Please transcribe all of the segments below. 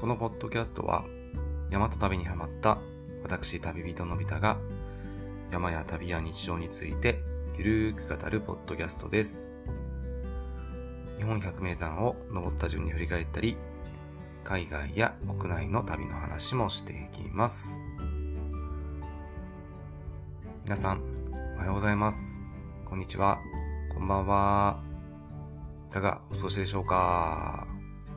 このポッドキャストは山と旅にハマった私旅人のび太が山や旅や日常についてゆるーく語るポッドキャストです。日本百名山を登った順に振り返ったり、海外や国内の旅の話もしていきます。皆さんおはようございます。こんにちは、こんばんは。いかがお過ごしでしょうか。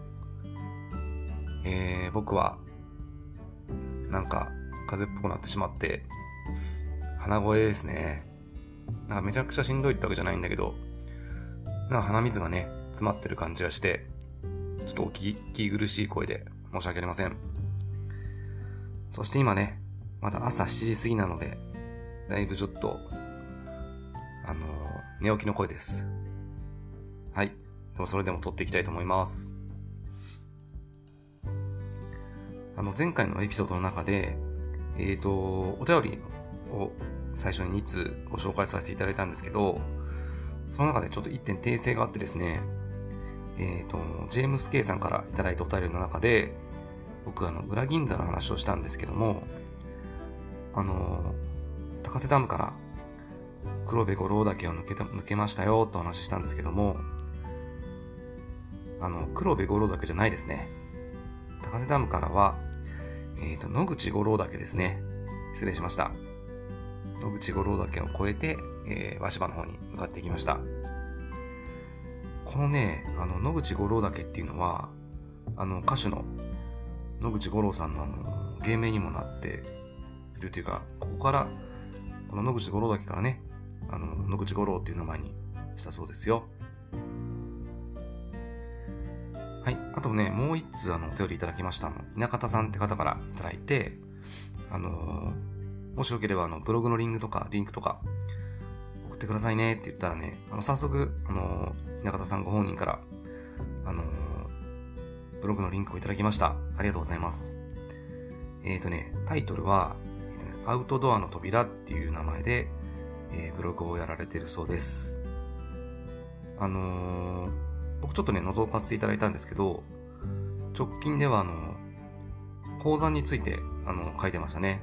僕はなんか風邪っぽくなってしまって鼻声ですね。なんかめちゃくちゃしんどいってわけじゃないんだけど、なんか鼻水がね詰まってる感じがして、ちょっとお聞き苦しい声で申し訳ありません。そして今ねまだ朝7時過ぎなので、だいぶちょっと寝起きの声です。はい、でもそれでも撮っていきたいと思います。前回のエピソードの中でお便りを最初に2通ご紹介させていただいたんですけど、その中でちょっと1点訂正があってですね、ジェームス K さんからいただいたお便りの中で、僕裏銀座の話をしたんですけども、高瀬ダムから黒部五郎岳を抜けましたよとお話ししたんですけども、黒部五郎岳じゃないですね。高瀬ダムからは野口五郎岳ですね。失礼しました。野口五郎岳を越えて、鷲羽の方に向かっていきました。このね、野口五郎岳っていうのは歌手の野口五郎さんの芸名にもなっているというか、ここからこの野口五郎岳からね、野口五郎っていう名前にしたそうですよ。はい、あとね、もう一通お便りいただきました。稲方さんって方からいただいて、もしよければブログのリンクとか送ってくださいねって言ったらね、早速稲方さんご本人からブログのリンクをいただきました。ありがとうございます。タイトルは、アウトドアの扉っていう名前で、ブログをやられているそうです。僕ちょっとね覗かせていただいたんですけど、直近では鉱山について書いてましたね。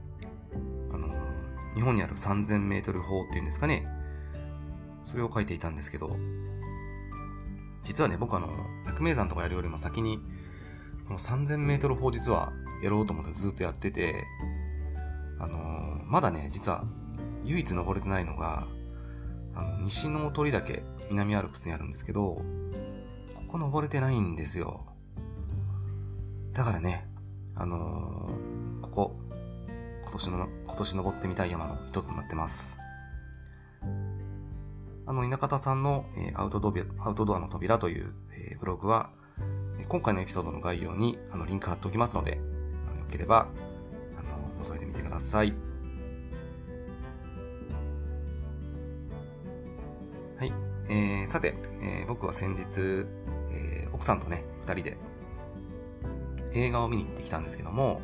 日本にある3000メートル峰っていうんですかね、それを書いていたんですけど、実はね僕百名山とかやるよりも先にこの3000メートル峰実はやろうと思ってずっとやってて、まだね実は唯一登れてないのが西の鳥岳、南アルプスにあるんですけど、ここ登れてないんですよ。だからね、ここ今年登ってみたい山の一つになってます。稲方さんの、アウトドアの扉という、ブログは今回のエピソードの概要にリンク貼っておきますので、よければ覗いてみてください。はい、さて、僕は先日、奥さんとね2人で映画を見に行ってきたんですけども、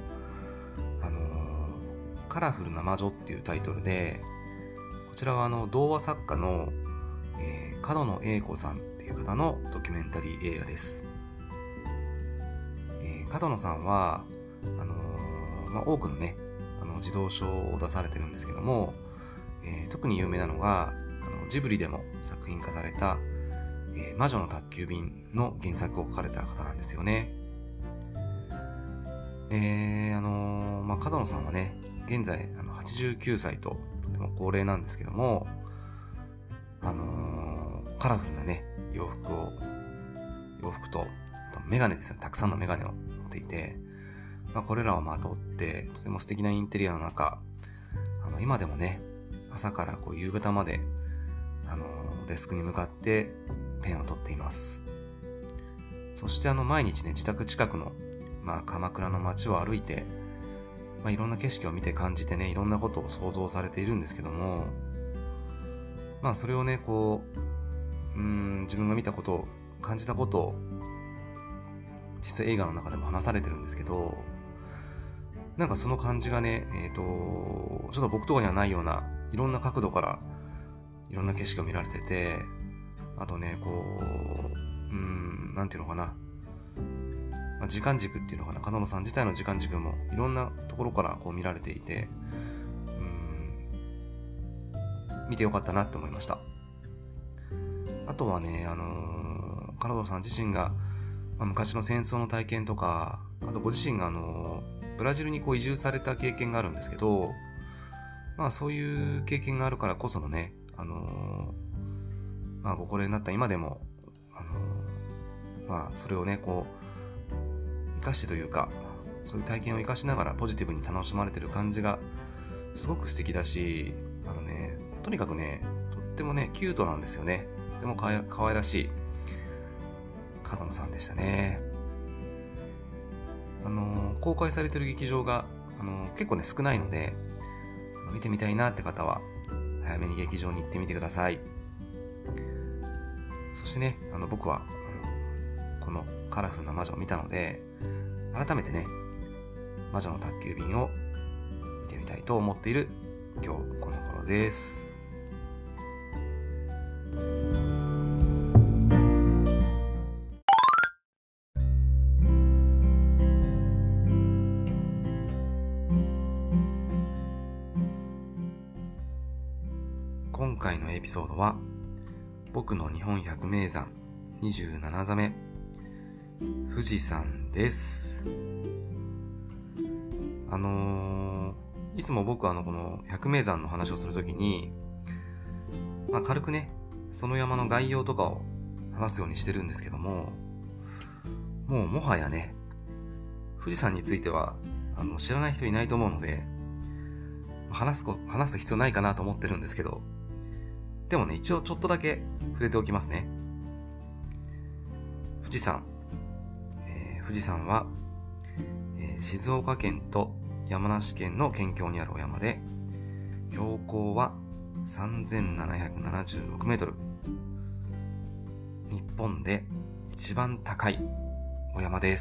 カラフルな魔女っていうタイトルで、こちらは童話作家の、角野栄子さんっていう方のドキュメンタリー映画です。角野さんは多くのね児童書を出されてるんですけども、特に有名なのがジブリでも作品化された、魔女の宅急便の原作を書かれた方なんですよね。で角野さんはね現在89歳ととても高齢なんですけども、カラフルなね洋服とメガネですね、たくさんのメガネを持っていて、これらをまとってとても素敵なインテリアの中、今でもね朝から夕方までデスクに向かってペンを取っています。そして毎日ね自宅近くの、鎌倉の街を歩いて、いろんな景色を見て感じてね、いろんなことを想像されているんですけども、それをね自分が見たことを感じたことを実際映画の中でも話されてるんですけど、なんかその感じがねちょっと僕とかにはないようないろんな角度からいろんな景色を見られてて、あとねなんていうのかな、 時間軸っていうのかな、門野さん自体の時間軸もいろんなところからこう見られていて、見てよかったなと思いました。あとはね、門野さん自身が、昔の戦争の体験とか、あとご自身がブラジルにこう移住された経験があるんですけど、そういう経験があるからこそのね、ご高齢になった今でも、それをね、こう、生かしてというか、そういう体験を生かしながらポジティブに楽しまれてる感じがすごく素敵だし、とにかくね、とってもね、キュートなんですよね。とても可愛らしい門野さんでしたね。公開されてる劇場が、結構ね、少ないので、見てみたいなって方は、早めに劇場に行ってみてください。そしてね、僕は、このカラフルな魔女を見たので、改めてね、魔女の宅急便を見てみたいと思っている今日この頃です。今回のエピソードは、僕の日本百名山27座目、富士山です。いつも僕はこの百名山の話をするときに、軽くね、その山の概要とかを話すようにしてるんですけども、もはやね、富士山については知らない人いないと思うので、話す必要ないかなと思ってるんですけど、でもね、一応ちょっとだけ触れておきますね。富士山。富士山は、静岡県と山梨県の県境にあるお山で、標高は3776メートル。日本で一番高いお山です。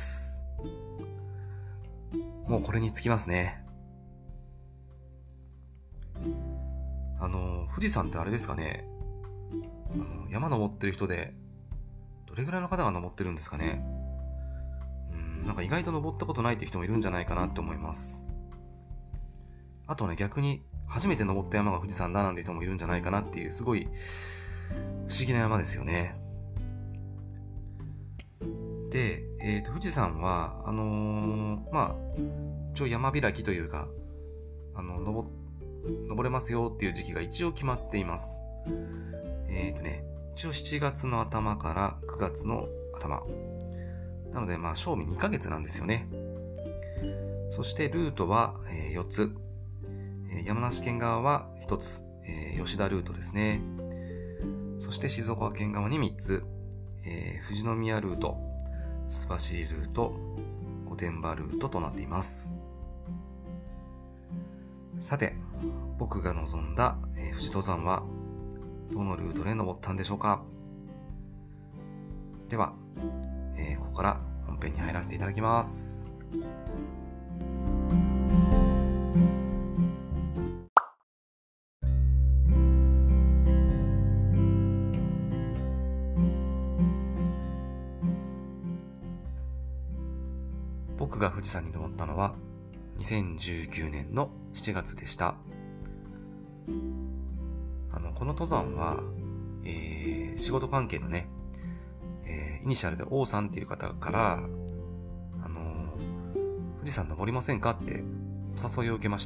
もうこれにつきますね。富士山ってあれですかね、山登ってる人で、どれぐらいの方が登ってるんですかね。なんか意外と登ったことないって人もいるんじゃないかなって思います。あとね、逆に初めて登った山が富士山だなんて人もいるんじゃないかなっていう、すごい不思議な山ですよね。で、富士山は、一応山開きというか、登れますよっていう時期が一応決まっています。一応7月の頭から9月の頭。なので、賞味2ヶ月なんですよね。そしてルートは4つ。山梨県側は1つ。吉田ルートですね。そして静岡県側に3つ。富士宮ルート、須走ルート、御殿場ルートとなっています。さて、僕が望んだ、富士登山はどのルートで登ったんでしょうか。では、ここから本編に入らせていただきます。僕が富士山に登ったのは2019年の7月でした。この登山は、仕事関係のね、イニシャルで王さんっていう方から、富士山登りませんかってお誘いを受けました。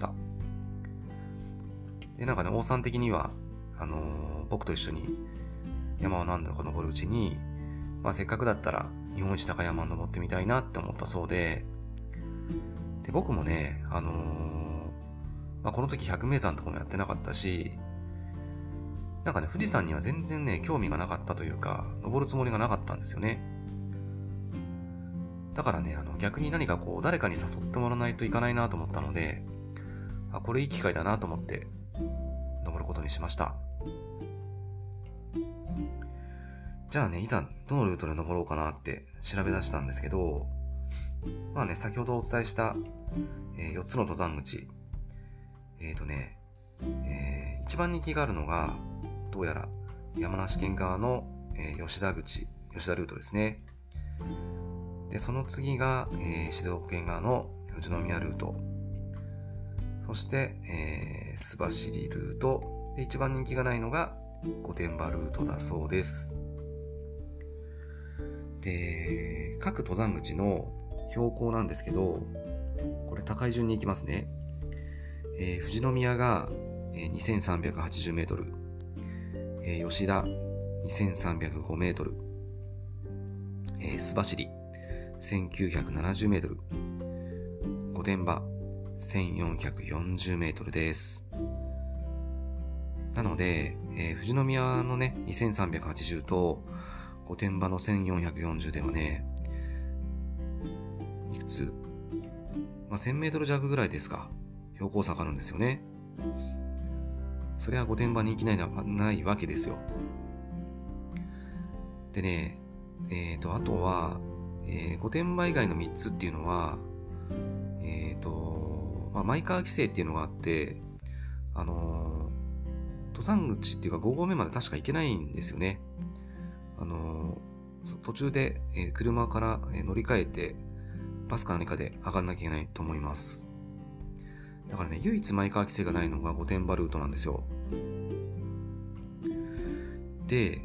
で、王さん的には、僕と一緒に山を何度か登るうちに、せっかくだったら日本一高い山を登ってみたいなって思ったそうで、僕もね、この時百名山とかもやってなかったし、富士山には全然ね、興味がなかったというか、登るつもりがなかったんですよね。だからね、逆に何か誰かに誘ってもらわないといかないなと思ったので、これいい機会だなと思って、登ることにしました。じゃあね、いざどのルートで登ろうかなって調べ出したんですけど、先ほどお伝えした、4つの登山口、一番人気があるのが、どうやら山梨県側の、吉田ルートですね。 で、その次が、静岡県側の富士宮ルート。そして、須走ルート。で、一番人気がないのが御殿場ルートだそうです。で、各登山口の標高なんですけど、これ高い順に行きますね。富士宮が、2380メートル、吉田2305メートル、須走1970メートル、御殿場1440メートルです。なので、富士宮のね、2380と御殿場の1440ではね、いくつ、1000メートル弱ぐらいですか、標高差があるんですよね。それは御殿場人気ないわけですよ。でね、あとは、御殿場以外の3つっていうのは、前川規制っていうのがあって、登山口っていうか5合目まで確か行けないんですよね。途中で、車から、乗り換えて、バスか何かで上がんなきゃいけないと思います。だからね、唯一前川規制がないのが御殿場ルートなんですよ。で、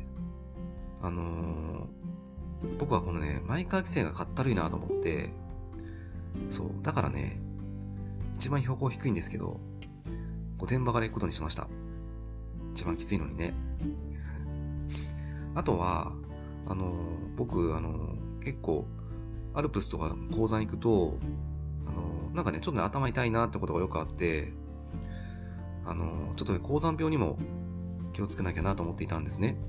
僕はこのね、前川規制がかったるいなと思って、そう、だからね、一番標高低いんですけど、御殿場から行くことにしました。一番きついのにね。あとは、僕、結構、アルプスとか高山行くと、なんかね、ちょっとね、頭痛いなってことがよくあって、ちょっとね、高山病にも気をつけなきゃなと思っていたんですね。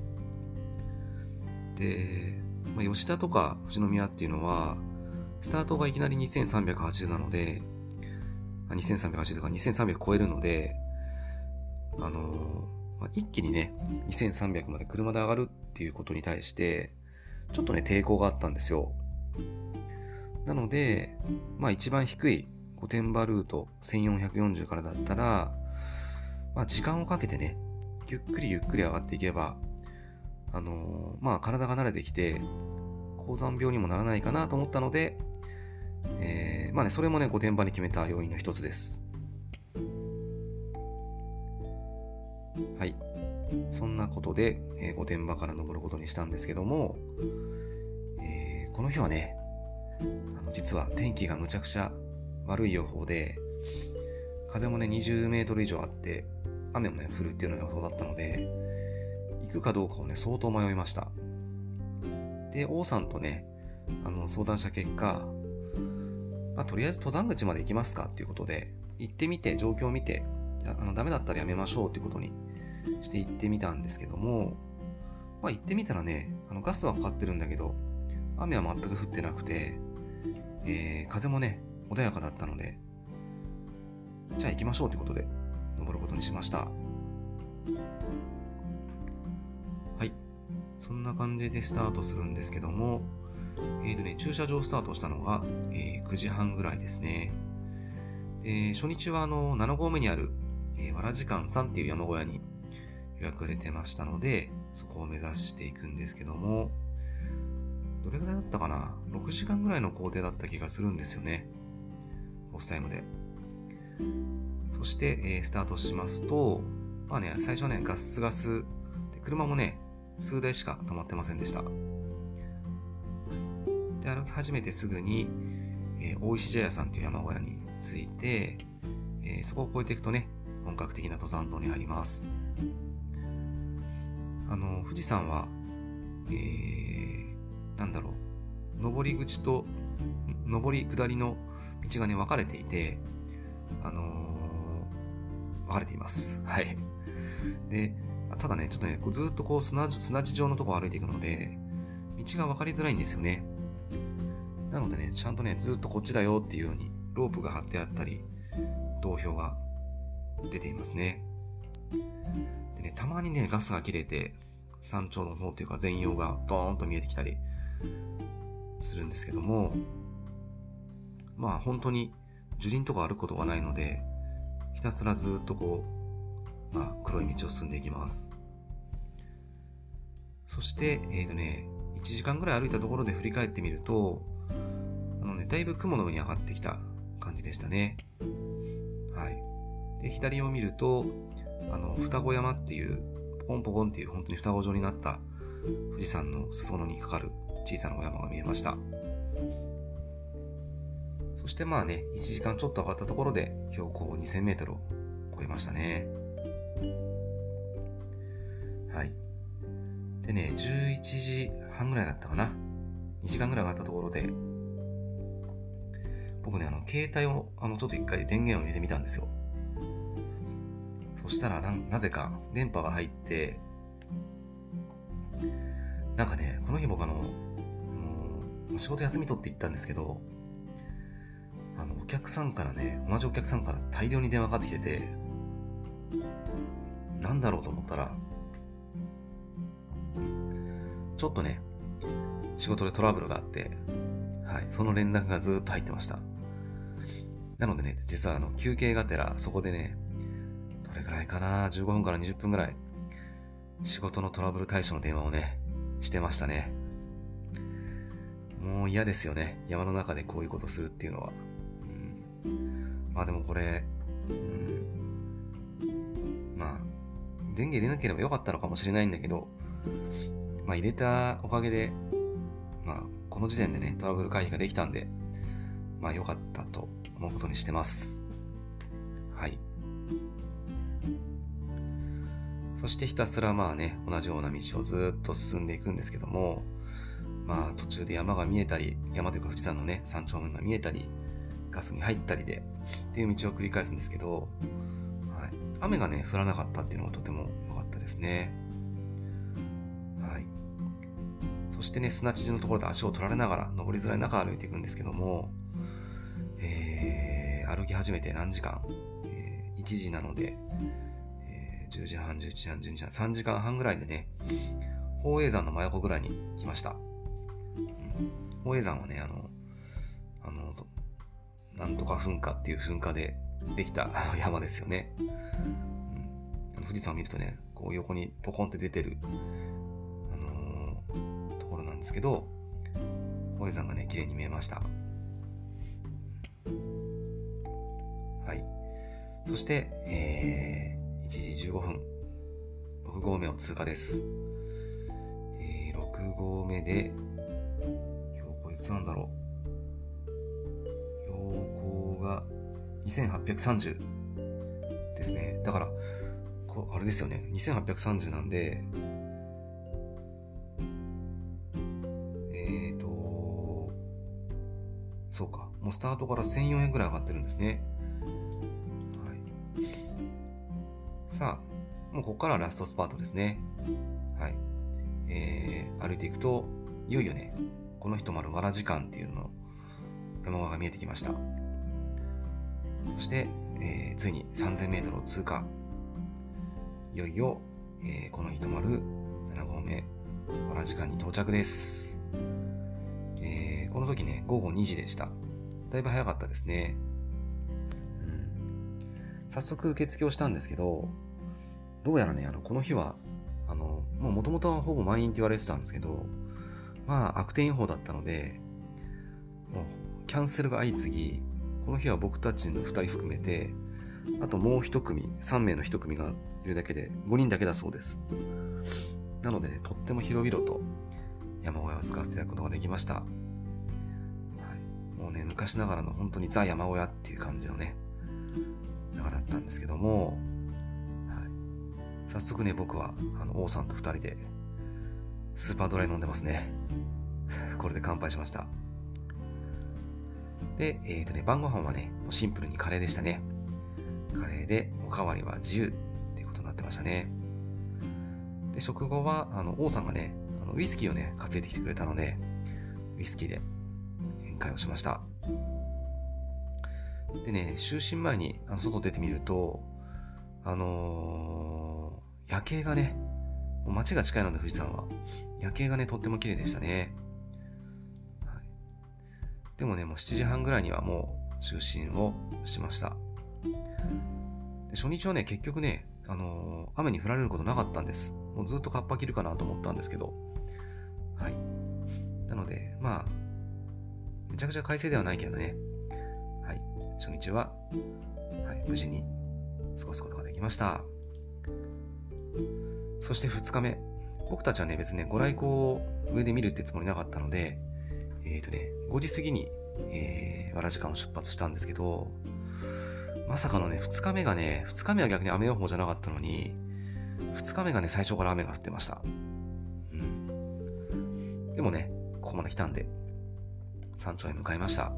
で、吉田とか富士宮っていうのは、スタートがいきなり2380なので、2380とか2300超えるので、一気にね、2300まで車で上がるっていうことに対して、ちょっとね、抵抗があったんですよ。なので、一番低い御殿場ルート1440からだったら、時間をかけてね、ゆっくりゆっくり上がっていけば、体が慣れてきて、高山病にもならないかなと思ったので、それもね、御殿場に決めた要因の一つです。はい。そんなことで、御殿場から登ることにしたんですけども、この日はね、実は天気がむちゃくちゃ悪い予報で、風もね、20メートル以上あって、雨もね、降るっていうような予報だったので、行くかどうかをね、相当迷いました。で、王さんとね、相談した結果、とりあえず登山口まで行きますかっていうことで、行ってみて、状況を見て、ダメだったらやめましょうっていうことにして行ってみたんですけども、行ってみたらね、ガスはかかってるんだけど、雨は全く降ってなくて、風もね、穏やかだったので、じゃあ行きましょうということで、登ることにしました。はい。そんな感じでスタートするんですけども、駐車場スタートしたのが、9時半ぐらいですね。初日は7合目にある、わらじ館さんっていう山小屋に予約入れてましたので、そこを目指していくんですけども、どれぐらいだったかな ?6 時間ぐらいの工程だった気がするんですよね。オフタイムで。そして、スタートしますと、最初はね、ガスガスで、車もね、数台しか止まってませんでした。で、歩き始めてすぐに、大石茶屋さんという山小屋に着いて、そこを越えていくとね、本格的な登山道に入ります。富士山は、上り口と上り下りの道がね、分かれていて、分かれています。はい。で、ただね、ちょっとね、ずっとこう砂地状のとこを歩いていくので、道が分かりづらいんですよね。なのでね、ちゃんとね、ずっとこっちだよっていうように、ロープが張ってあったり、道標が出ていますね。でね、たまにね、ガスが切れて、山頂の方というか全容がドーンと見えてきたりするんですけども、本当に樹林とか歩くことがないので、ひたすらずっとこう、黒い道を進んでいきます。そして、1時間ぐらい歩いたところで振り返ってみると、 だいぶ雲の上に上がってきた感じでしたね。はい。で、左を見ると、双子山っていう、ポコンポコンっていう本当に双子状になった富士山の裾野にかかる小さなお山が見えました。そしてまあね、1時間ちょっと上がったところで標高2000メートルを超えましたね。はい。でね、11時半ぐらいだったかな。2時間ぐらい上がったところで、僕ね、携帯を、ちょっと一回電源を入れてみたんですよ。そしたらなぜか電波が入って、なんかね、この日僕仕事休み取って行ったんですけど、お客さんからね、同じお客さんから大量に電話かかってきてて、なんだろうと思ったら、ちょっとね、仕事でトラブルがあって、はい、その連絡がずっと入ってました。なのでね、実は休憩がてら、そこでね、どれくらいかな、15分から20分ぐらい、仕事のトラブル対処の電話をね、してましたね。もう嫌ですよね。山の中でこういうことするっていうのは。まあでもこれ、まあ、電源入れなければよかったのかもしれないんだけど、まあ入れたおかげで、まあこの時点でね、トラブル回避ができたんで、まあ良かったと思うことにしてます。はい。そしてひたすらまあね、同じような道をずっと進んでいくんですけども、まあ途中で山が見えたり、山というか富士山のね、山頂面が見えたり、ガスに入ったりで、っていう道を繰り返すんですけど、はい、雨がね、降らなかったっていうのがとても良かったですね。はい。そしてね、砂地のところで足を取られながら、登りづらい中歩いていくんですけども、歩き始めて何時間、1時なので、10時半、11時半、12時半、3時間半ぐらいでね、宝永山の真横ぐらいに来ました。宝永山はね、なんとか噴火っていう噴火でできた山ですよね。富士山を見るとね、こう横にポコンって出てる、ところなんですけど、宝永山がね、綺麗に見えました。はい。そして、1時15分、6合目を通過です。6合目で、標高いくつなんだろう。標高が2830ですね。だから、あれですよね。2830なんで、そうか。もうスタートから1400円ぐらい上がってるんですね。はい。さあ、もうここからはラストスパートですね。はい。歩いていくと、いよいよね、この日泊まるわらじ館っていうの山場が見えてきました。そして、ついに3000メートルを通過。いよいよ、この日泊まる7合目わらじ館に到着です。この時ね、午後2時でした。だいぶ早かったですね。早速受付をしたんですけど、どうやらね、この日は、もともとはほぼ満員って言われてたんですけど、まあ、悪天予報だったので、もう、キャンセルが相次ぎ、この日は僕たちの2人含めて、あともう1組、3名の1組がいるだけで、5人だけだそうです。なのでね、とっても広々と山小屋を使わせていただくことができました。はい、もうね、昔ながらの本当にザ山小屋っていう感じのね、中だったんですけども、早速ね、僕は王さんと2人でスーパードライ飲んでますね。これで乾杯しました。で、晩ご飯はね、シンプルにカレーでしたね。カレーでおかわりは自由っていうことになってましたね。で、食後は王さんがね、ウイスキーをね、担いできてくれたので、ウイスキーで宴会をしました。でね、就寝前に外出てみると、夜景がね、街が近いので富士山は、夜景がね、とっても綺麗でしたね。はい、でもね、もう7時半ぐらいにはもう就寝をしました。で初日はね、結局ね、雨に降られることなかったんです。もうずっとカッパ着るかなと思ったんですけど、はい。なので、まあ、 めちゃくちゃ快晴ではないけどね。はい。初日は、はい、無事に過ごすことができました。そして2日目。僕たちはね、別にね、ご来光を上で見るってつもりなかったので、5時過ぎに、わらじ館を出発したんですけど、まさかのね、2日目は逆に雨予報じゃなかったのに、2日目がね、最初から雨が降ってました。でもね、ここまで来たんで、山頂へ向かいました。はい。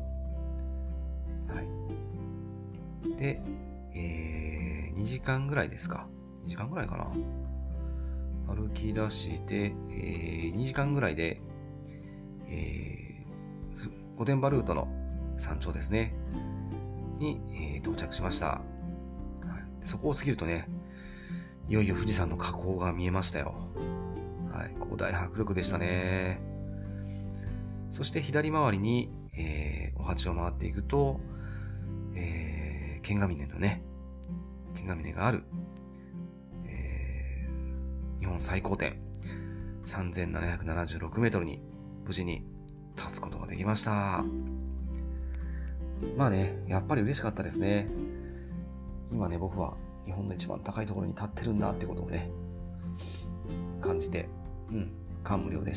で、2時間ぐらいですか。2時間ぐらいかな。歩き出して、2時間ぐらいで、御殿場ルートの山頂ですね。に、到着しました。はい。そこを過ぎるとね、いよいよ富士山の火口が見えましたよ。はい。大迫力でしたね。そして左回りに、お鉢を回っていくと、剣ヶ峰のね、剣ヶ峰がある、日本最高点、3776メートルに無事に立つことができました。まあね、やっぱり嬉しかったですね。今ね、僕は日本の一番高いところに立ってるんだってことをね、感じて、感無量でした。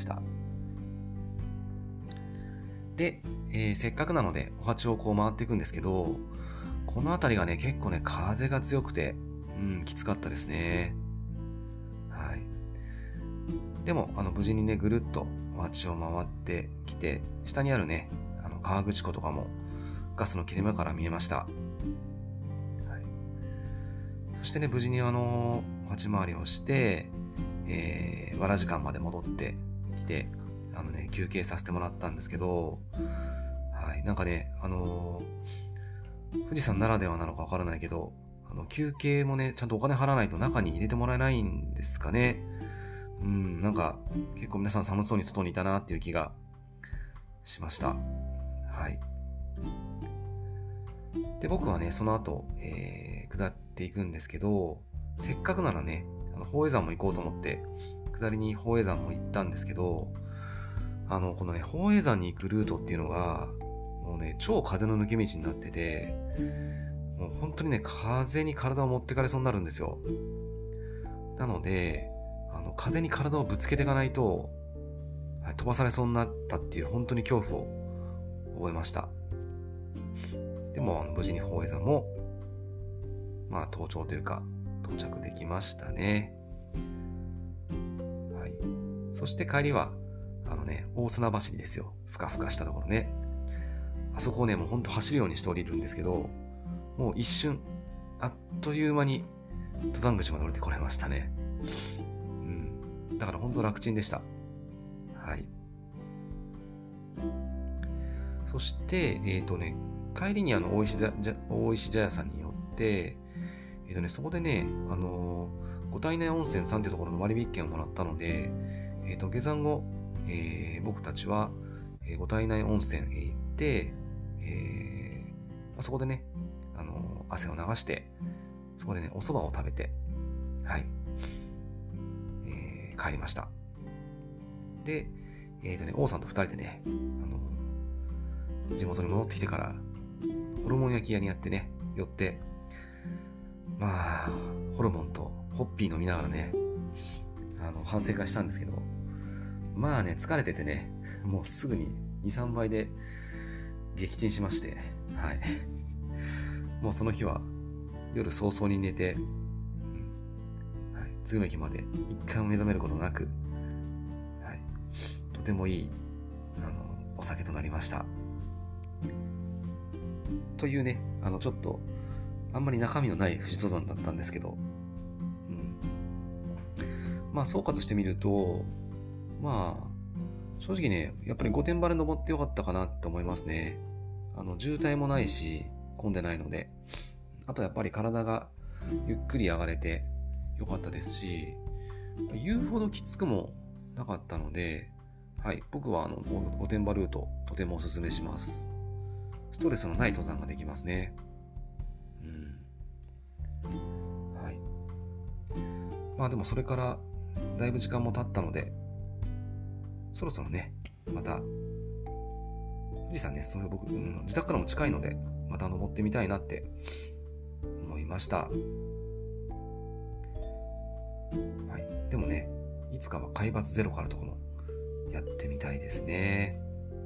で、せっかくなのでお鉢をこう回っていくんですけど、この辺りがね、結構ね、風が強くて、きつかったですね。はい。でも、無事にね、ぐるっとお鉢を回ってきて、下にあるね、河口湖とかもガスの切れ目から見えました。はい。そしてね、無事にお鉢回りをして、わらじ館まで戻ってきて、休憩させてもらったんですけど、はい、なんかね、富士山ならではなのかわからないけど、休憩もね、ちゃんとお金払わないと中に入れてもらえないんですかね。なんか、結構皆さん寒そうに外にいたなっていう気がしました。はい。で、僕はね、その後、下っていくんですけど、せっかくならね、宝永山も行こうと思って、下りに宝永山も行ったんですけど、このね、宝永山に行くルートっていうのが、もうね、超風の抜け道になってて、もう本当にね、風に体を持ってかれそうになるんですよ。なので、風に体をぶつけていかないと、はい、飛ばされそうになったっていう本当に恐怖を覚えました。でも、無事に宝永山も、まあ、登頂というか、到着できましたね。はい。そして帰りは、大砂走りですよ。ふかふかしたところね。あそこをね、もうほんと走るようにして降りるんですけど、もう一瞬、あっという間に登山口まで降りてこれましたね。だからほんと楽ちんでした。はい。そして、帰りに大石茶屋さんに寄って、そこでね、五体内温泉さんというところの割引券をもらったので、下山後、僕たちは、五体内温泉へ行って、そこでね、汗を流して、そこでね、お蕎麦を食べて、はい、帰りました。で、王さんと二人でね、地元に戻ってきてから、ホルモン焼き屋にやってね、寄って、まあ、ホルモンとホッピー飲みながらね、反省会したんですけど、まあね、疲れててね、もうすぐに2、3倍で撃沈しまして、はい。もうその日は夜早々に寝て、はい、次の日まで一回も目覚めることなく、はい、とてもいい、お酒となりました。というね、ちょっと、あんまり中身のない富士登山だったんですけど、まあ総括してみると、まあ、正直ね、やっぱり御殿場で登ってよかったかなって思いますね。渋滞もないし、混んでないので、あとやっぱり体がゆっくり上がれてよかったですし、言うほどきつくもなかったので、はい、僕は御殿場ルート、とてもおすすめします。ストレスのない登山ができますね。はい。まあでもそれからだいぶ時間も経ったので、そろそろね、また富士山ね、すごい僕、自宅からも近いので、また登ってみたいなって思いました。はい。でもね、いつかは海抜ゼロからとかもやってみたいですね。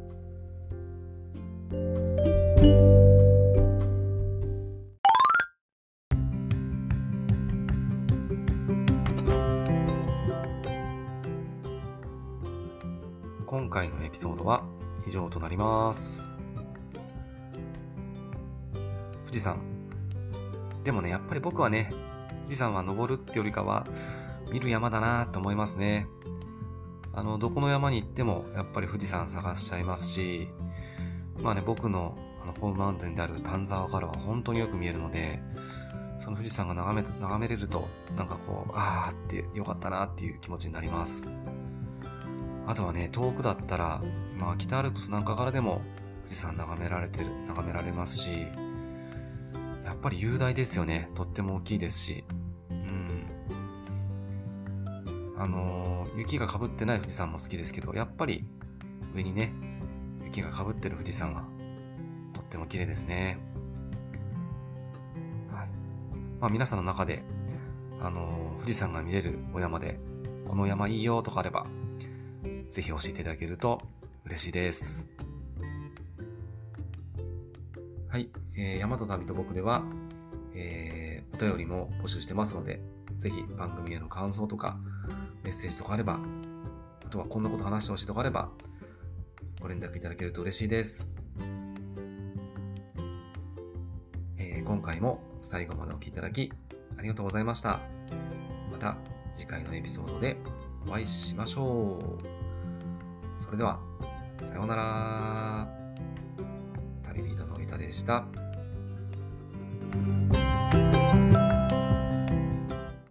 今回のエピソードは以上となります。富士山。でもね、やっぱり僕はね、富士山は登るってよりかは見る山だなと思いますね。どこの山に行ってもやっぱり富士山探しちゃいますし、まあね、僕のホームマウンテンである丹沢からは本当によく見えるので、その富士山が眺めれると、なんかこう、あーってよかったなっていう気持ちになります。あとはね、遠くだったら、まあ北アルプスなんかからでも富士山眺められますし、やっぱり雄大ですよね。とっても大きいですし。雪が被ってない富士山も好きですけど、やっぱり上にね、雪が被ってる富士山がとっても綺麗ですね。はい。まあ皆さんの中で、富士山が見れるお山で、この山いいよとかあれば、ぜひ教えていただけると嬉しいです。はい。山と旅と僕では、お便りも募集してますので、ぜひ番組への感想とか、メッセージとかあれば、あとはこんなこと話してほしいとかあれば、ご連絡いただけると嬉しいです。今回も最後までお聞きいただき、ありがとうございました。また次回のエピソードでお会いしましょう。それでは、さようなら。旅人のりたでした。